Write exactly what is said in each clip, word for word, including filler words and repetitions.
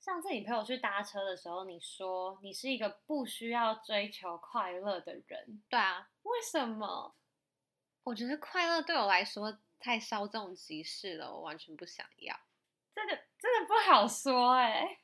上次你陪我去搭车的时候，你说你是一个不需要追求快乐的人， 对啊， 为什么？ 我觉得快乐对我来说太稍纵即逝了，我完全不想要。 这个真的不好说哎、欸。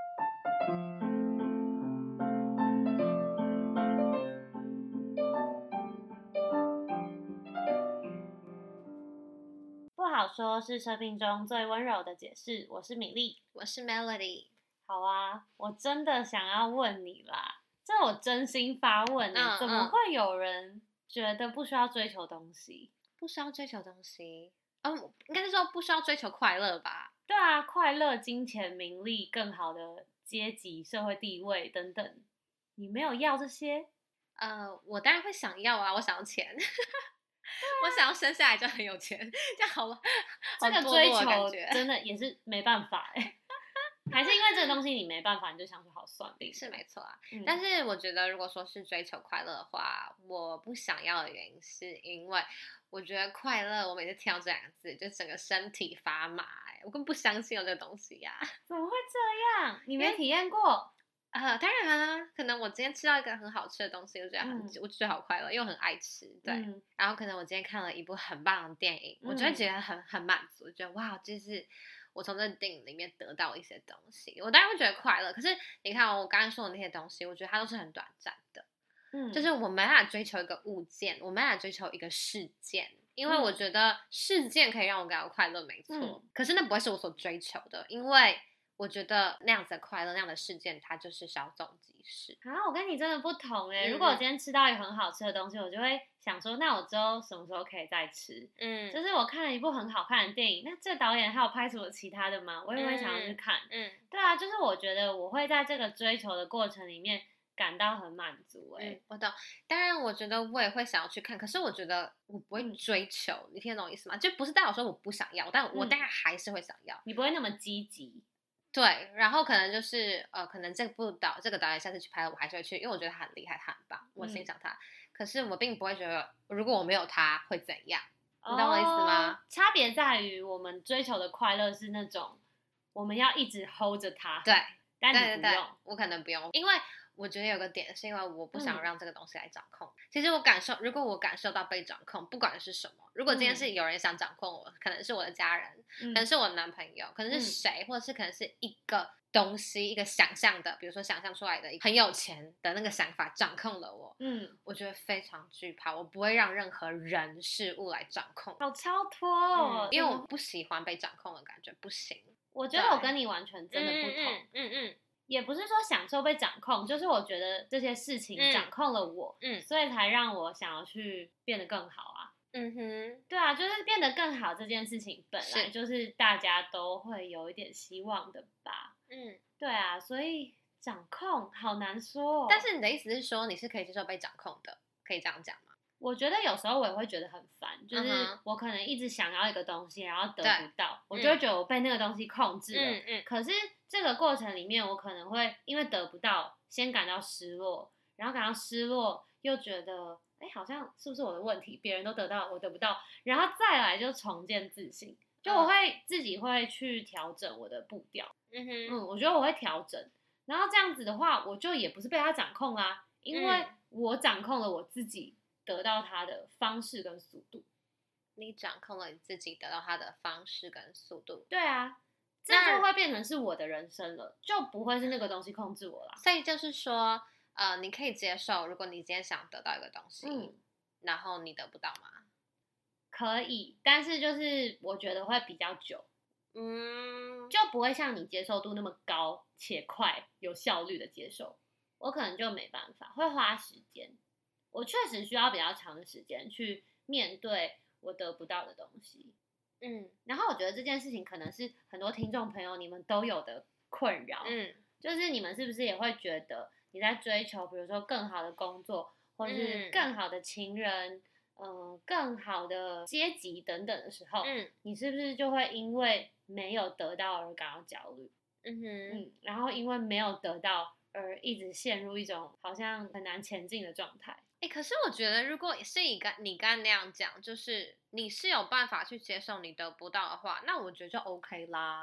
不好说是生命中最温柔的解释。我是米粒， 我是 Melody。 好啊，我真的想要问你啦，这我真心发问哎、欸， 嗯怎么会有人觉得不需要追求东西？ 不需要追求东西，嗯，应该是说不需要追求快乐吧？ 对啊，快乐、金钱、名利、更好的阶级、社会地位等等，你没有要这些？ 呃，我当然会想要啊，我想要钱，我想要生下来就很有钱，这样好了， 这个好堕追求落的感觉真的也是没办法哎、欸，还是因为这个东西你没办法，你就想说好算了。 是没错啊。 嗯但是我觉得，如果说是追求快乐的话，我不想要的原因是因为我觉得快乐，我每次听到这两个字，就整个身体发麻、欸，我根本不相信有这个东西呀、啊。 怎么会这样？你没体验过？ 呃，当然啊，可能我今天吃到一个很好吃的东西，我觉得很， 嗯我觉得好快乐，因为我很爱吃，对。 嗯然后可能我今天看了一部很棒的电影，我就会觉得很很满足，觉得哇，就是我从这电影里面得到一些东西，我当然会觉得快乐。可是你看哦我刚刚说的那些东西，我觉得它都是很短暂的， 嗯， 就是我没办法追求一个物件，我没办法追求一个事件。因为嗯我觉得事件可以让我感到快乐，没错， 嗯可是那不会是我所追求的，因为我觉得那样子的快乐，那样的事件，它就是稍纵即逝。 啊，我跟你真的不同哎、欸。 嗯如果我今天吃到一个很好吃的东西，我就会想说，那我之后什么时候可以再吃？ 嗯， 就是我看了一部很好看的电影，那这导演还有拍什么其他的吗？我也会想要去看。 嗯， 对啊，就是我觉得我会在这个追求的过程里面感到很满足哎、欸嗯，我懂。当然，我觉得我也会想要去看，可是我觉得我不会追求，你听得懂我意思吗？就不是代表说我不想要，但我嗯当然还是会想要。 你不会那么积极。 对，然后可能就是呃，可能这部导这个导演下次去拍了，我还是会去，因为我觉得他很厉害，他很棒，我欣赏他。可是我并不会觉得，如果我没有他会怎样，你懂我意思吗？ 哦，差别在于我们追求的快乐是那种我们要一直 hold 着它， 对， 但对对对你不用。， 我可能不用，因为我觉得有个点是因为我不想嗯让这个东西来掌控。其实我感受，如果我感受到被掌控，不管是什么，如果今天是有人想掌控我，可能是我的家人， 嗯可能是我的男朋友，可能是谁，或者是可能是一个东西，一个想象的，比如说想象出来的很有钱的那个想法掌控了我， 嗯， 我觉得非常惧怕，我不会让任何人事物来掌控。 好超脱哦嗯，，因为我真的不喜欢被掌控的感觉，不行。 我觉得我跟你完全真的不同， 嗯嗯嗯也不是说享受被掌控，就是我觉得这些事情嗯掌控了我， 嗯所以才让我想要去变得更好啊。 嗯哼， 对啊，就是变得更好这件事情本来是就是大家都会有一点希望的吧。 嗯。 对啊，所以掌控好难说哦。 但是你的意思是说，你是可以接受被掌控的，可以这样讲吗？ 我觉得有时候我也会觉得很烦，就是嗯哼我可能一直想要一个东西，然后得对不到，我就会觉得我被那个东西控制了。 嗯嗯可是这个过程里面，我可能会因为得不到，先感到失落，然后感到失落，又觉得哎，好像是不是我的问题？别人都得到，我得不到，然后再来就重建自信，就我会自己会去调整我的步调。 嗯哼， 嗯，我觉得我会调整，然后这样子的话，我就也不是被他掌控啦，因为嗯我掌控了我自己得到他的方式跟速度。 你掌控了你自己得到它的方式跟速度， 对啊，这那就会变成是我的人生了，就不会是那个东西控制我啦。 所以就是说，呃，你可以接受，如果你今天想得到一个东西， 嗯， 然后你得不到吗？ 可以，但是就是我觉得会比较久， 嗯， 就不会像你接受度那么高且快、有效率的接受。我可能就没办法，会花时间。我确实需要比较长的时间去面对我得不到的东西。 嗯然后我觉得这件事情可能是很多听众朋友你们都有的困扰， 嗯就是你们是不是也会觉得你在追求，比如说更好的工作，或是嗯更好的情人，嗯、呃，更好的阶级等等的时候， 嗯你是不是就会因为没有得到而感到焦虑？ 嗯哼， 嗯，然后因为没有得到而一直陷入一种好像很难前进的状态。 哎、可是我觉得，如果是你刚你刚刚那样讲，就是你是有办法去接受你得不到的话，那我觉得就 OK 啦。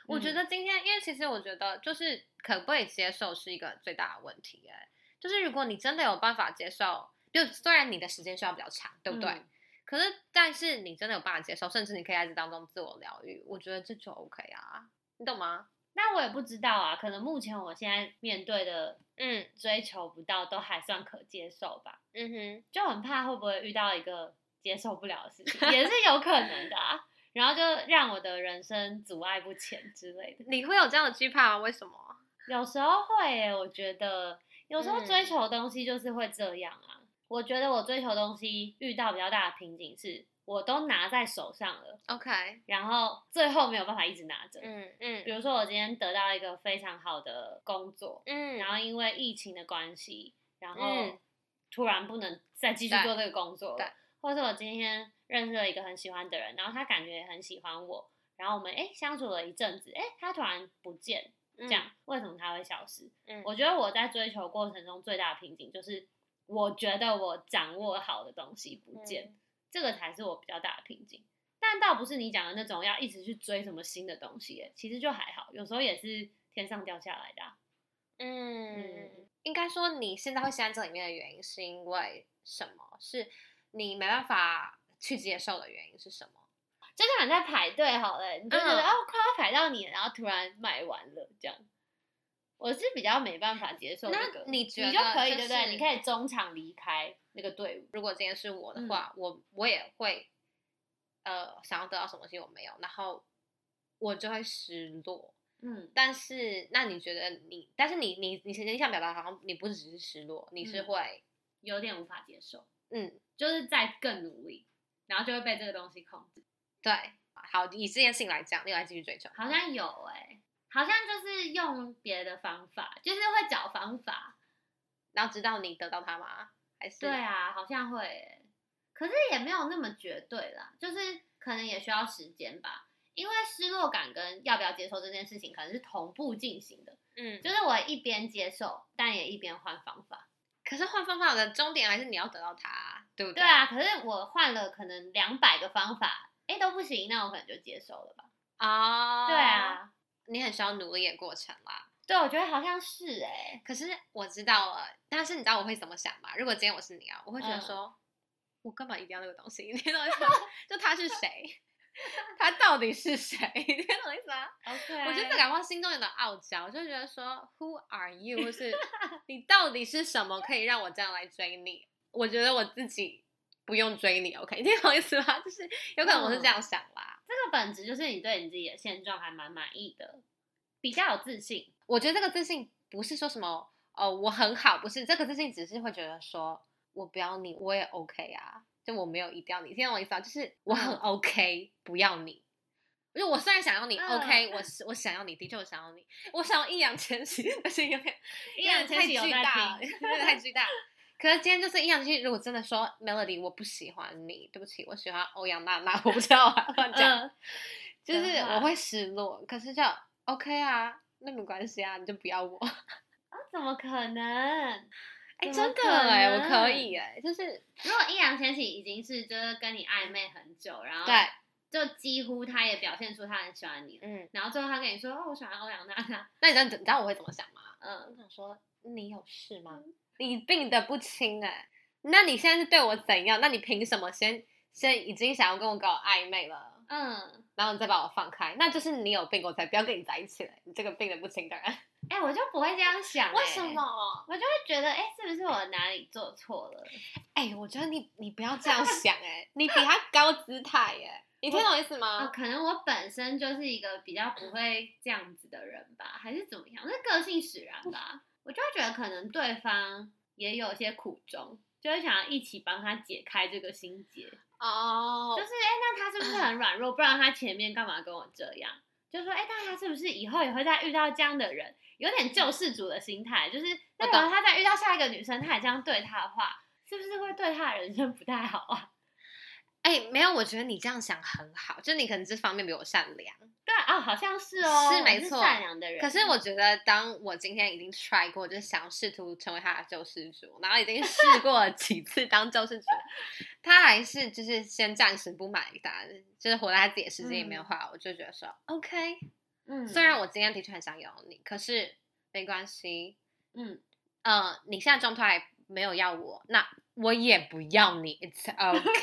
我觉得今天，因为其实我觉得就是可不可以接受是一个最大的问题哎，就是如果你真的有办法接受，就虽然你的时间需要比较长，对不对？嗯、可是但是你真的有办法接受，甚至你可以在这当中自我疗愈，我觉得这就 OK 啊，你懂吗？ 那我也不知道啊，可能目前我现在面对的，嗯，追求不到都还算可接受吧。嗯哼，就很怕会不会遇到一个接受不了的事情，也是有可能的啊。然后就让我的人生阻碍不前之类的。 你会有这样的惧怕吗？为什么？ 有时候会耶，我觉得有时候追求的东西就是会这样啊。嗯、我觉得我追求的东西遇到比较大的瓶颈是。我都拿在手上了 ，OK， 然后最后没有办法一直拿着， 嗯嗯， 比如说我今天得到一个非常好的工作，嗯，然后因为疫情的关系，然后突然不能再继续做这个工作了，对，或者我今天认识了一个很喜欢的人，然后他感觉也很喜欢我，然后我们哎相处了一阵子，哎他突然不见，这样、嗯、为什么他会消失？嗯，我觉得我在追求过程中最大的瓶颈就是我觉得我掌握好的东西不见。嗯，这个才是我比较大的瓶颈，但倒不是你讲的那种要一直去追什么新的东西耶，其实就还好，有时候也是天上掉下来的、啊。 嗯，嗯应该说你现在会陷在这里面的原因是因为什么？是你没办法去接受的原因是什么？ 就像你在排队好了，你就觉得、嗯、哦快要排到你了，然后突然买完了这样。我是比较没办法接受这个， 那你觉得、 就是、你就可以对不对？你可以中场离开那个队伍。 如果今天是我的话，嗯、我我也会，呃，想要得到什么东西我没有，然后我就会失落。嗯，但是那你觉得你，但是你你你你想表达好像你不只是失落，你是会、嗯、 有点无法接受，嗯，就是再更努力，然后就会被这个东西控制。 对，好，以这件事情来讲，你来继续追求， 好像有哎、欸。好像就是用别的方法，就是会找方法， 然后直到你得到它吗？还是？ 对啊，好像会耶，可是也没有那么绝对啦，就是可能也需要时间吧。因为失落感跟要不要接受这件事情可能是同步进行的，嗯，就是我一边接受，但也一边换方法。 可是换方法的终点还是你要得到它，对不对？ 对啊，可是我换了可能两百个方法，哎都不行，那我可能就接受了吧。哦，对啊。 你很需要努力的过程啦， 对，我觉得好像是哎、欸。 可是我知道了，但是你知道我会怎么想吗？如果今天我是你啊，我会觉得说，嗯、我干嘛一定要那个东西？你听懂意思吗？就他是谁？他到底是谁？你听懂意思吗 ？OK， 我觉得这感觉心中有点傲娇，我就觉得说 ，Who are you？ 或是你到底是什么可以让我这样来追你？我觉得我自己不用追你 ，OK？ 你听懂意思吗？就是有可能我是这样想啦。 嗯，这个本质就是你对你自己的现状还蛮满意的，比较有自信。 我觉得这个自信不是说什么哦我很好，不是这个自信，只是会觉得说我不要你，我也 OK 啊，就我没有一定要你，听懂我意思啊？就是我很 OK，、嗯、不要你。因为我虽然想要你、嗯、，OK， 我我想要你，的确我想要你，我想要易烊千玺，但是有点易烊千玺太巨大了，有点太巨大。可是今天就是易烊千玺，如果真的说 Melody 我不喜欢你，对不起，我喜欢欧阳娜娜，我不知道啊，乱讲、嗯，就是我会失落。可是就 OK 啊，那没关系啊，你就不要我。 啊，怎么可能？ 哎、欸，真的哎、欸，我可以哎、欸，就是如果易烊千玺已经是就是跟你暧昧很久，然后对。 就几乎他也表现出他很喜欢你，嗯，然后最后他跟你说哦，我喜欢欧阳娜娜， 那你知道你知道我会怎么想吗？嗯，我想说你有事吗？嗯、你病得不轻哎、欸，那你现在是对我怎样？那你凭什么先先已经想要跟我搞暧昧了？嗯，然后你再把我放开，那就是你有病，我才不要跟你在一起了。你这个病得不轻的人， 哎、欸，我就不会这样想、欸， 为什么？ 我就会觉得，哎、欸，是不是我哪里做错了？ 哎、欸，我觉得你你不要这样想、欸，哎，你比他高姿态、欸，哎。你听懂意思吗、 哦？可能我本身就是一个比较不会这样子的人吧，还是怎么样？是个性使然吧。我就会觉得可能对方也有些苦衷，就会想要一起帮他解开这个心结。哦，就是哎、欸，那他是不是很软弱？不然他前面干嘛跟我这样？就说哎、欸，那他是不是以后也会再遇到这样的人？有点救世主的心态，就是那如果他再遇到下一个女生，他也这样对他的话，是不是会对他的人生不太好啊？ 哎、欸，没有，我觉得你这样想很好，就你可能这方面比我善良。 对啊、哦，好像是哦， 是没错， 善良的人。 可是我觉得，当我今天已经 try 过，就是想试图成为他的救世主，然后已经试过了几次当救世主，他还是就是先暂时不买单，就是活在他自己的世界里面的话，嗯、我就觉得说 OK， 嗯， 虽然我今天的确很想要你，可是没关系， 嗯， 呃，你现在状态没有要我，那我也不要你，It's OK 。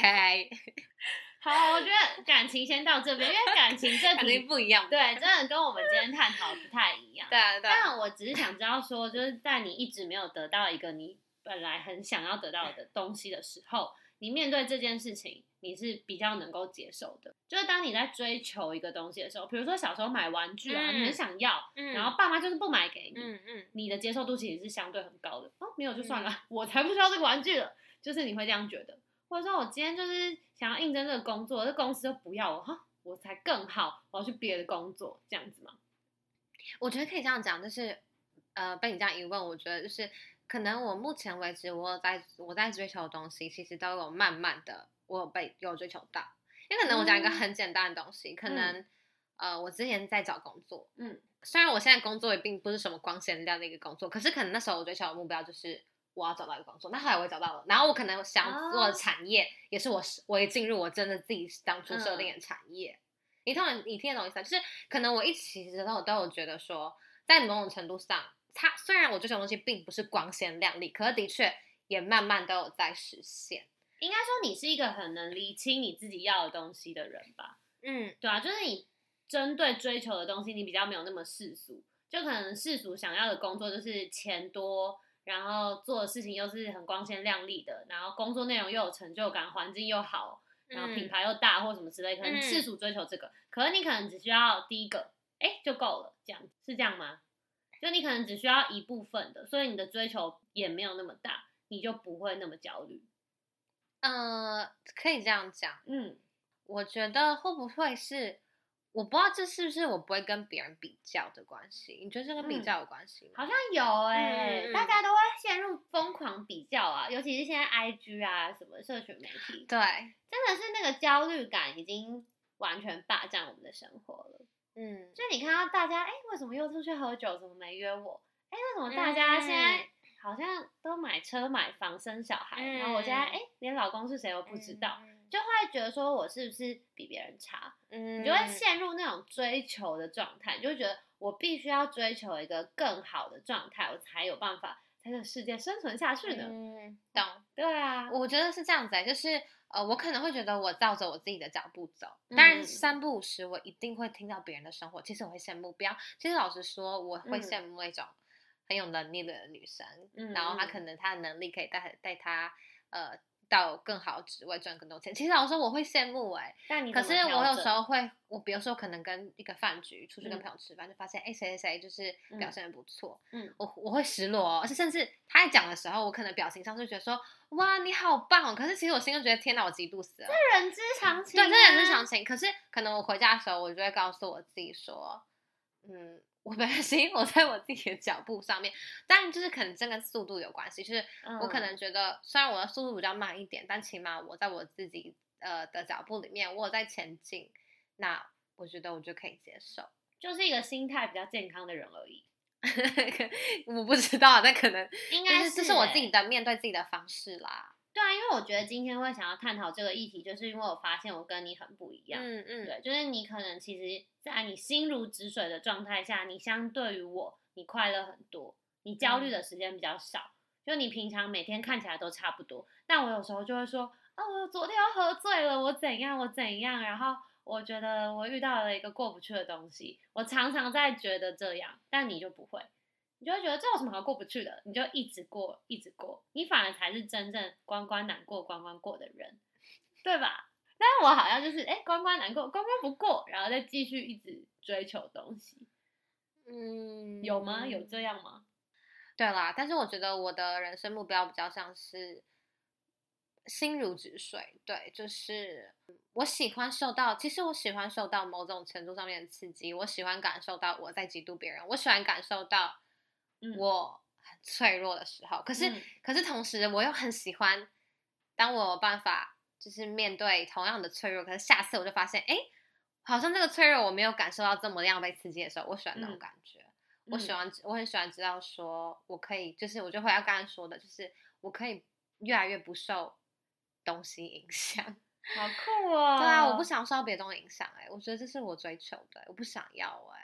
好，我觉得感情先到这边，因为感情这肯题定不一样。 对，真的跟我们今天探讨不太一样。 对啊，对啊。 但我只是想知道说，就是在你一直没有得到一个你本来很想要得到的东西的时候，你面对这件事情，你是比较能够接受的。就是当你在追求一个东西的时候，比如说小时候买玩具啊， 嗯、 你很想要， 嗯、 然后爸妈就是不买给你， 嗯嗯， 你的接受度其实是相对很高的。哦，没有就算了，嗯、我才不需要这个玩具了。就是你会这样觉得，或者说我今天就是想要应征这个工作，这公司就不要我，哈，我才更好，我要去别的工作，这样子吗？ 我觉得可以这样讲，就是呃，被你这样一问，我觉得就是可能我目前为止，我有在我在追求的东西，其实都有慢慢的，我有被有追求到。因为可能我讲一个很简单的东西，嗯、可能、嗯、呃，我之前在找工作，嗯，虽然我现在工作也并不是什么光鲜亮丽的一个工作，可是可能那时候我追求的目标就是我要找到一个工作，那后来我也找到了，然后我可能想做的产业、哦、也是我我也进入我真的自己当初设定的产业。嗯，你通常你听得懂意思吗？就是可能我一其实都都有觉得说，在某种程度上，它虽然我追求的东西并不是光鲜亮丽，可是的确也慢慢都有在实现。 应该说你是一个很能理清你自己要的东西的人吧？嗯，对啊，就是你针对追求的东西，你比较没有那么世俗，就可能世俗想要的工作就是钱多，然后做的事情又是很光鲜亮丽的，然后工作内容又有成就感，环境又好。然后品牌又大或什么之类，可能世俗追求这个，嗯、可是你可能只需要第一个，哎就够了，这样是这样吗？就你可能只需要一部分的，所以你的追求也没有那么大，你就不会那么焦虑。 呃，可以这样讲， 嗯， 我觉得会不会是，我不知道这是不是我不会跟别人比较的关系？你觉得这跟比较有关系吗？ 嗯、好像有哎、欸，嗯、大家都会陷入疯狂比较啊，尤其是现在 I G 啊什么社群媒体， 对， 真的是那个焦虑感已经完全霸占我们的生活了。嗯，就你看到大家，哎，为什么又出去喝酒？怎么没约我？哎，为什么大家现在好像都买车、买房、生小孩？嗯、然后我现在，哎，连老公是谁都不知道，嗯、就会觉得说我是不是比别人差？嗯，你就会陷入那种追求的状态，你就会觉得我必须要追求一个更好的状态，我才有办法在这个世界生存下去呢。 嗯，懂。 对啊， 我觉得是这样子、欸，就是呃，我可能会觉得我照着我自己的脚步走，当然三不五时我一定会听到别人的生活，其实我会羡慕，不要，其实老实说，我会羡慕那种很有能力的女生，嗯、然后她可能她的能力可以带带她呃到更好的职位赚更多钱。其实老实说我会羡慕哎、欸， 但你可是我有时候会，我比如说可能跟一个饭局出去跟朋友吃饭，嗯、就发现哎谁谁谁就是表现得不错，嗯，我我会失落哦，而且甚至他在讲的时候，我可能表情上就觉得说哇你好棒哦，可是其实我心中觉得天哪我嫉妒死了， 这人之常情、啊， 对，这人之常情。可是可能我回家的时候，我就会告诉我自己说，嗯。我没关系，我在我自己的脚步上面，当然就是可能这跟速度有关系，就是我可能觉得虽然我的速度比较慢一点，但起码我在我自己呃的脚步里面，我有在前进，那我觉得我就可以接受， 就是一个心态比较健康的人而已。 我不知道，但可能应该是、欸、 这是我自己的面对自己的方式啦。 对啊，因为我觉得今天会想要探讨这个议题，就是因为我发现我跟你很不一样。嗯嗯，对，就是你可能其实，在你心如止水的状态下，你相对于我，你快乐很多，你焦虑的时间比较少。嗯、就你平常每天看起来都差不多，但我有时候就会说，哦，我昨天又喝醉了，我怎样，我怎样，然后我觉得我遇到了一个过不去的东西，我常常在觉得这样，但你就不会。你就会觉得这有什么好过不去的，你就一直过一直过，你反而才是真正关关难过关关过的人，对吧？但是我好像就是哎关关难过关关不过，然后再继续一直追求东西。嗯，有吗？有这样吗？ 对啦，但是我觉得我的人生目标比较像是心如止水，对，就是我喜欢受到，其实我喜欢受到某种程度上面的刺激，我喜欢感受到我在嫉妒别人，我喜欢感受到我很脆弱的时候，可是、嗯、可是同时我又很喜欢，当我有办法就是面对同样的脆弱，可是下次我就发现，哎，好像这个脆弱我没有感受到这么样被刺激的时候，我喜欢那种感觉。嗯我喜欢，我很喜欢知道说，我可以，就是我就会要刚才说的，就是我可以越来越不受东西影响。 好酷哦！ 对啊，我不想受到别的东西影响，哎，我觉得这是我追求的，我不想要哎。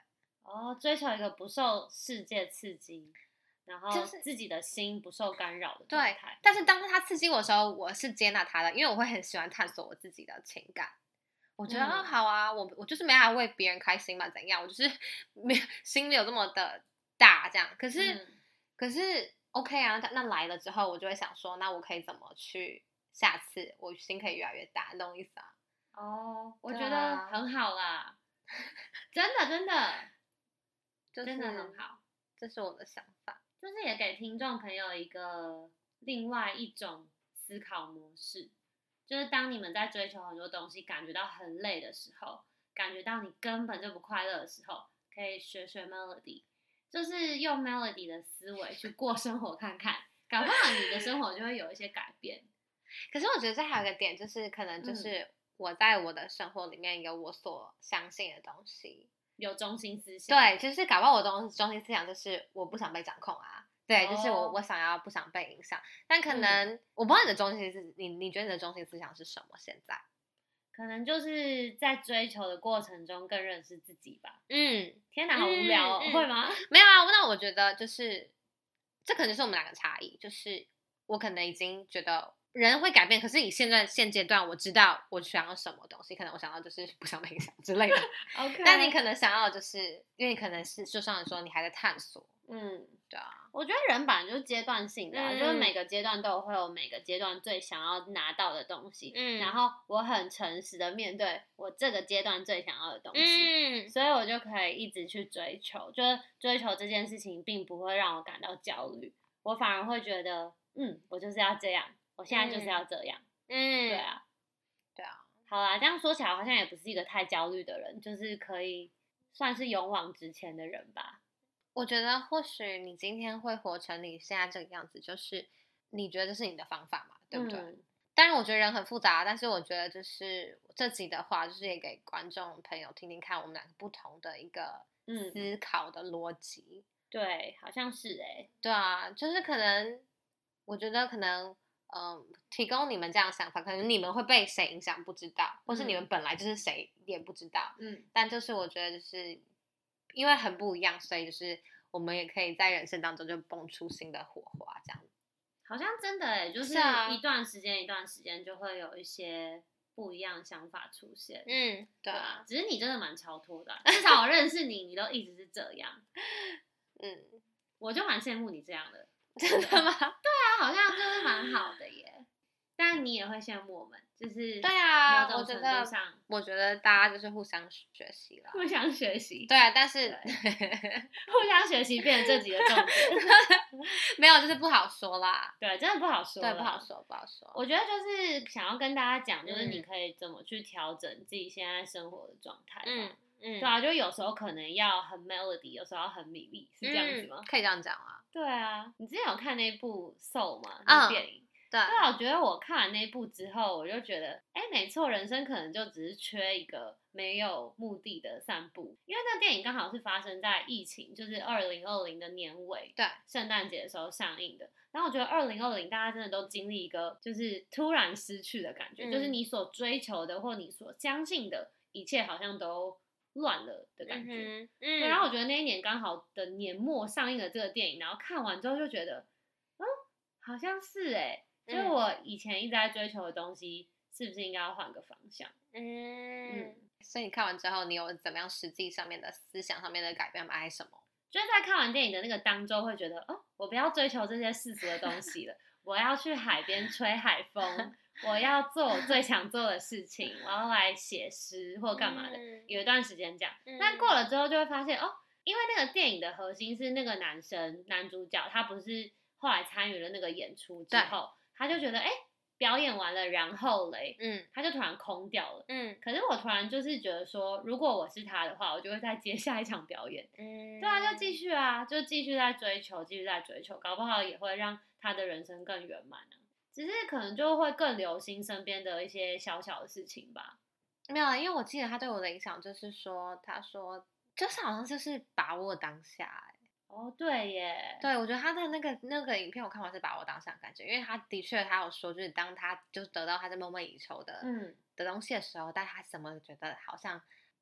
哦，追求一个不受世界刺激，然后就是自己的心不受干扰的状对， 态。 但是当他刺激我的时候，我是接纳他的，因为我会很喜欢探索我自己的情感。我觉得、 嗯啊好啊，我我就是没法为别人开心嘛，怎样？我就是没有心没有这么的大这样。可是、 嗯可是 OK 啊，那那来了之后，我就会想说，那我可以怎么去下次我心可以越来越大，你懂我意思啊？ 哦，我对觉得啊很好啦，真的真的就是真的很好， 这是我的想法。 就是也给听众朋友一个另外一种思考模式，就是当你们在追求很多东西，感觉到很累的时候，感觉到你根本就不快乐的时候，可以学学 Melody，就是用 Melody 的思维去过生活看看，搞不好你的生活就会有一些改变。 可是我觉得这还有一个点，就是可能就是我在我的生活里面有我所相信的东西， 有中心思想， 对，就是搞不好我的中中心思想就是我不想被掌控啊，对， 哦就是我我想要不想被影响，但可能、嗯、我不知道你的中心思你你觉得你的中心思想是什么？现在可能就是在追求的过程中更认识自己吧。 嗯， 天哪，好无聊哦， 嗯嗯、 会吗？ 没有啊，那我觉得就是这可能是我们两个差异，就是我可能已经觉得。人会改变，可是以现在现阶段，我知道我想要什么东西，可能我想要就是不想被影响之类的。 OK， 但你可能想要的就是，因为可能是就像你说，你还在探索。 嗯， 对啊， 我觉得人本来就是阶段性的、啊， 嗯、 就是每个阶段都会有每个阶段最想要拿到的东西。 嗯， 然后我很诚实的面对我这个阶段最想要的东西， 嗯， 所以我就可以一直去追求，就是追求这件事情并不会让我感到焦虑，我反而会觉得，嗯，我就是要这样。我现在就是要这样， 嗯， 对啊， 对啊， 好啦，这样说起来好像也不是一个太焦虑的人，就是可以算是勇往直前的人吧。 我觉得或许你今天会活成你现在这个样子，就是你觉得这是你的方法嘛，对不对？嗯、当然，我觉得人很复杂，但是我觉得就是这集的话，就是也给观众朋友听听看我们两个不同的一个思考的逻辑。 嗯、对，好像是哎、欸。 对啊，就是可能。我觉得可能，嗯，提供你们这样的想法，可能你们会被谁影响不知道，或是你们本来就是谁也不知道，嗯，但就是我觉得就是因为很不一样，所以就是我们也可以在人生当中就蹦出新的火花，这样。 好像真的哎，就是一段时间一段时间就会有一些不一样的想法出现， 嗯，对啊， 对啊，只是你真的蛮超脱的、啊，至少我认识你，你都一直是这样，嗯，我就蛮羡慕你这样的。 真的吗？ 对啊，好像就是蛮好的耶。但你也会羡慕我们，就是对啊， 某种程度上， 我觉得大家就是互相学习啦， 互相学习。 对啊，但是互相学习变成这集的重点， 没有，就是不好说啦。 对，真的不好说， 对，不好说，不好说。 我觉得就是想要跟大家讲，就是你可以怎么去调整自己现在生活的状态吧。嗯嗯，对啊，就有时候可能要很 melody， 有时候要很米粒，是这样子吗？ 嗯、可以这样讲啊。 对啊，你之前有看那部《Soul》吗？那部电影。嗯对, 对啊，我觉得我看完那一部之后，我就觉得，哎，没错，人生可能就只是缺一个没有目的的散步。因为那个电影刚好是发生在疫情，就是二零二零的年尾， 对， 圣诞节的时候上映的。然后我觉得二零二零大家真的都经历一个就是突然失去的感觉，嗯、就是你所追求的或你所相信的一切好像都乱了的感觉。嗯嗯、对，然后我觉得那一年刚好的年末上映了这个电影，然后看完之后就觉得，嗯，好像是哎、欸。就是我以前一直在追求的东西，是不是应该要换个方向？嗯嗯，所以你看完之后，你有怎么样实际上面的思想上面的改变吗？还是什么？ 就是在看完电影的那个当周，会觉得哦，我不要追求这些世俗的东西了，我要去海边吹海风，我要做我最想做的事情，我要来写诗或干嘛的。嗯、有一段时间这样，嗯、但过了之后就会发现哦，因为那个电影的核心是那个男生男主角，他不是后来参与了那个演出之后。他就觉得，哎、欸，表演完了，然后嘞，嗯，他就突然空掉了，嗯。可是我突然就是觉得说，如果我是他的话，我就会再接下一场表演，嗯。对啊，就继续啊，就继续在追求，继续在追求，搞不好也会让他的人生更圆满啊。只是可能就会更留心身边的一些小小的事情吧。 没有啊，因为我记得他对我的影响就是说，他说就是好像就是把握当下、欸。 哦，对耶， 对，我觉得他的那个那个影片我看完是把我当下的感觉，因为他的确他有说，就是当他就是得到他在梦寐以求的嗯的东西的时候，但他怎么觉得好像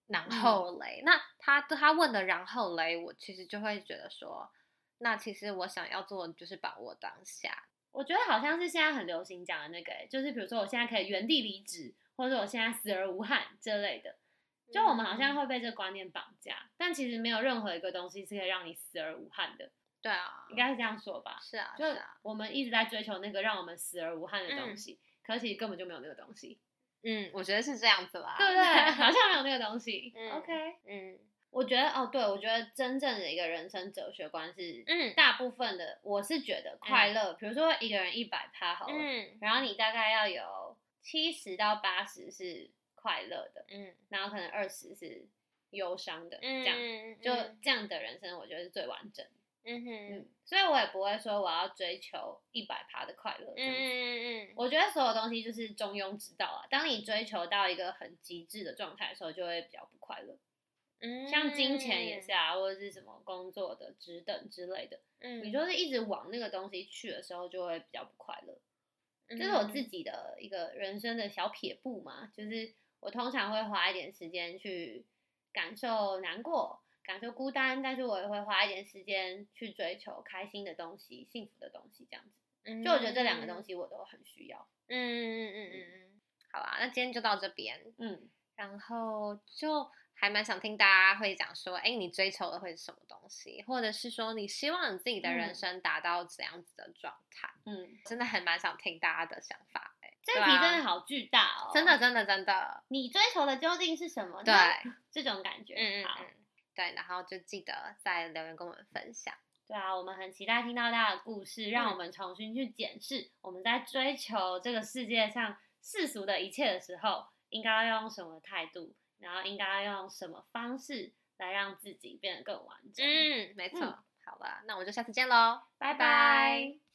然后嘞，嗯、那他他问的然后嘞，我其实就会觉得说，那其实我想要做的就是把握当下。 我觉得好像是现在很流行讲的那个，就是比如说我现在可以原地离职，或者我现在死而无憾这类的。就我们好像会被这个观念绑架，嗯、但其实没有任何一个东西是可以让你死而无憾的。 对啊， 应该是这样说吧。 是啊， 就我们一直在追求那个让我们死而无憾的东西，嗯、可是其实根本就没有那个东西。 嗯，我觉得是这样子啦， 对不对？好像没有那个东西。 嗯、 OK， 嗯， 我觉得哦，对，我觉得真正的一个人生哲学观是，嗯，大部分的我是觉得快乐，嗯、比如说一个人一百趴好了，嗯，然后你大概要有七十到八十是快乐的，嗯，然后可能二十是忧伤的，嗯、这样就这样的人生，我觉得是最完整的。嗯哼，嗯，所以我也不会说我要追求一百趴的快乐，这样子。嗯嗯嗯，我觉得所有东西就是中庸之道啊。当你追求到一个很极致的状态的时候，就会比较不快乐。嗯，像金钱也是啊，或者是什么工作的职等之类的，嗯，你就是一直往那个东西去的时候，就会比较不快乐。这是我自己的一个人生的小撇步嘛，就是我通常会花一点时间去感受难过。感受孤单，但是我也会花一点时间去追求开心的东西、幸福的东西，这样子。嗯，就我觉得这两个东西我都很需要。嗯嗯嗯嗯嗯， 好啦，那今天就到这边。嗯，然后就还蛮想听大家会讲说，哎，你追求的会是什么东西，或者是说你希望你自己的人生达到怎样子的状态？嗯，真的很蛮想听大家的想法。 这题真的好巨大哦！ 真的真的真的， 你追求的究竟是什么呢？ 对， 这种感觉。嗯嗯好。 对，然后就记得在留言跟我们分享。 对啊，我们很期待听到大家的故事，让我们重新去检视我们在追求这个世界上世俗的一切的时候，应该要用什么态度，然后应该要用什么方式来让自己变得更完整。 嗯，没错。嗯、好了，那我们就下次见喽， 拜拜。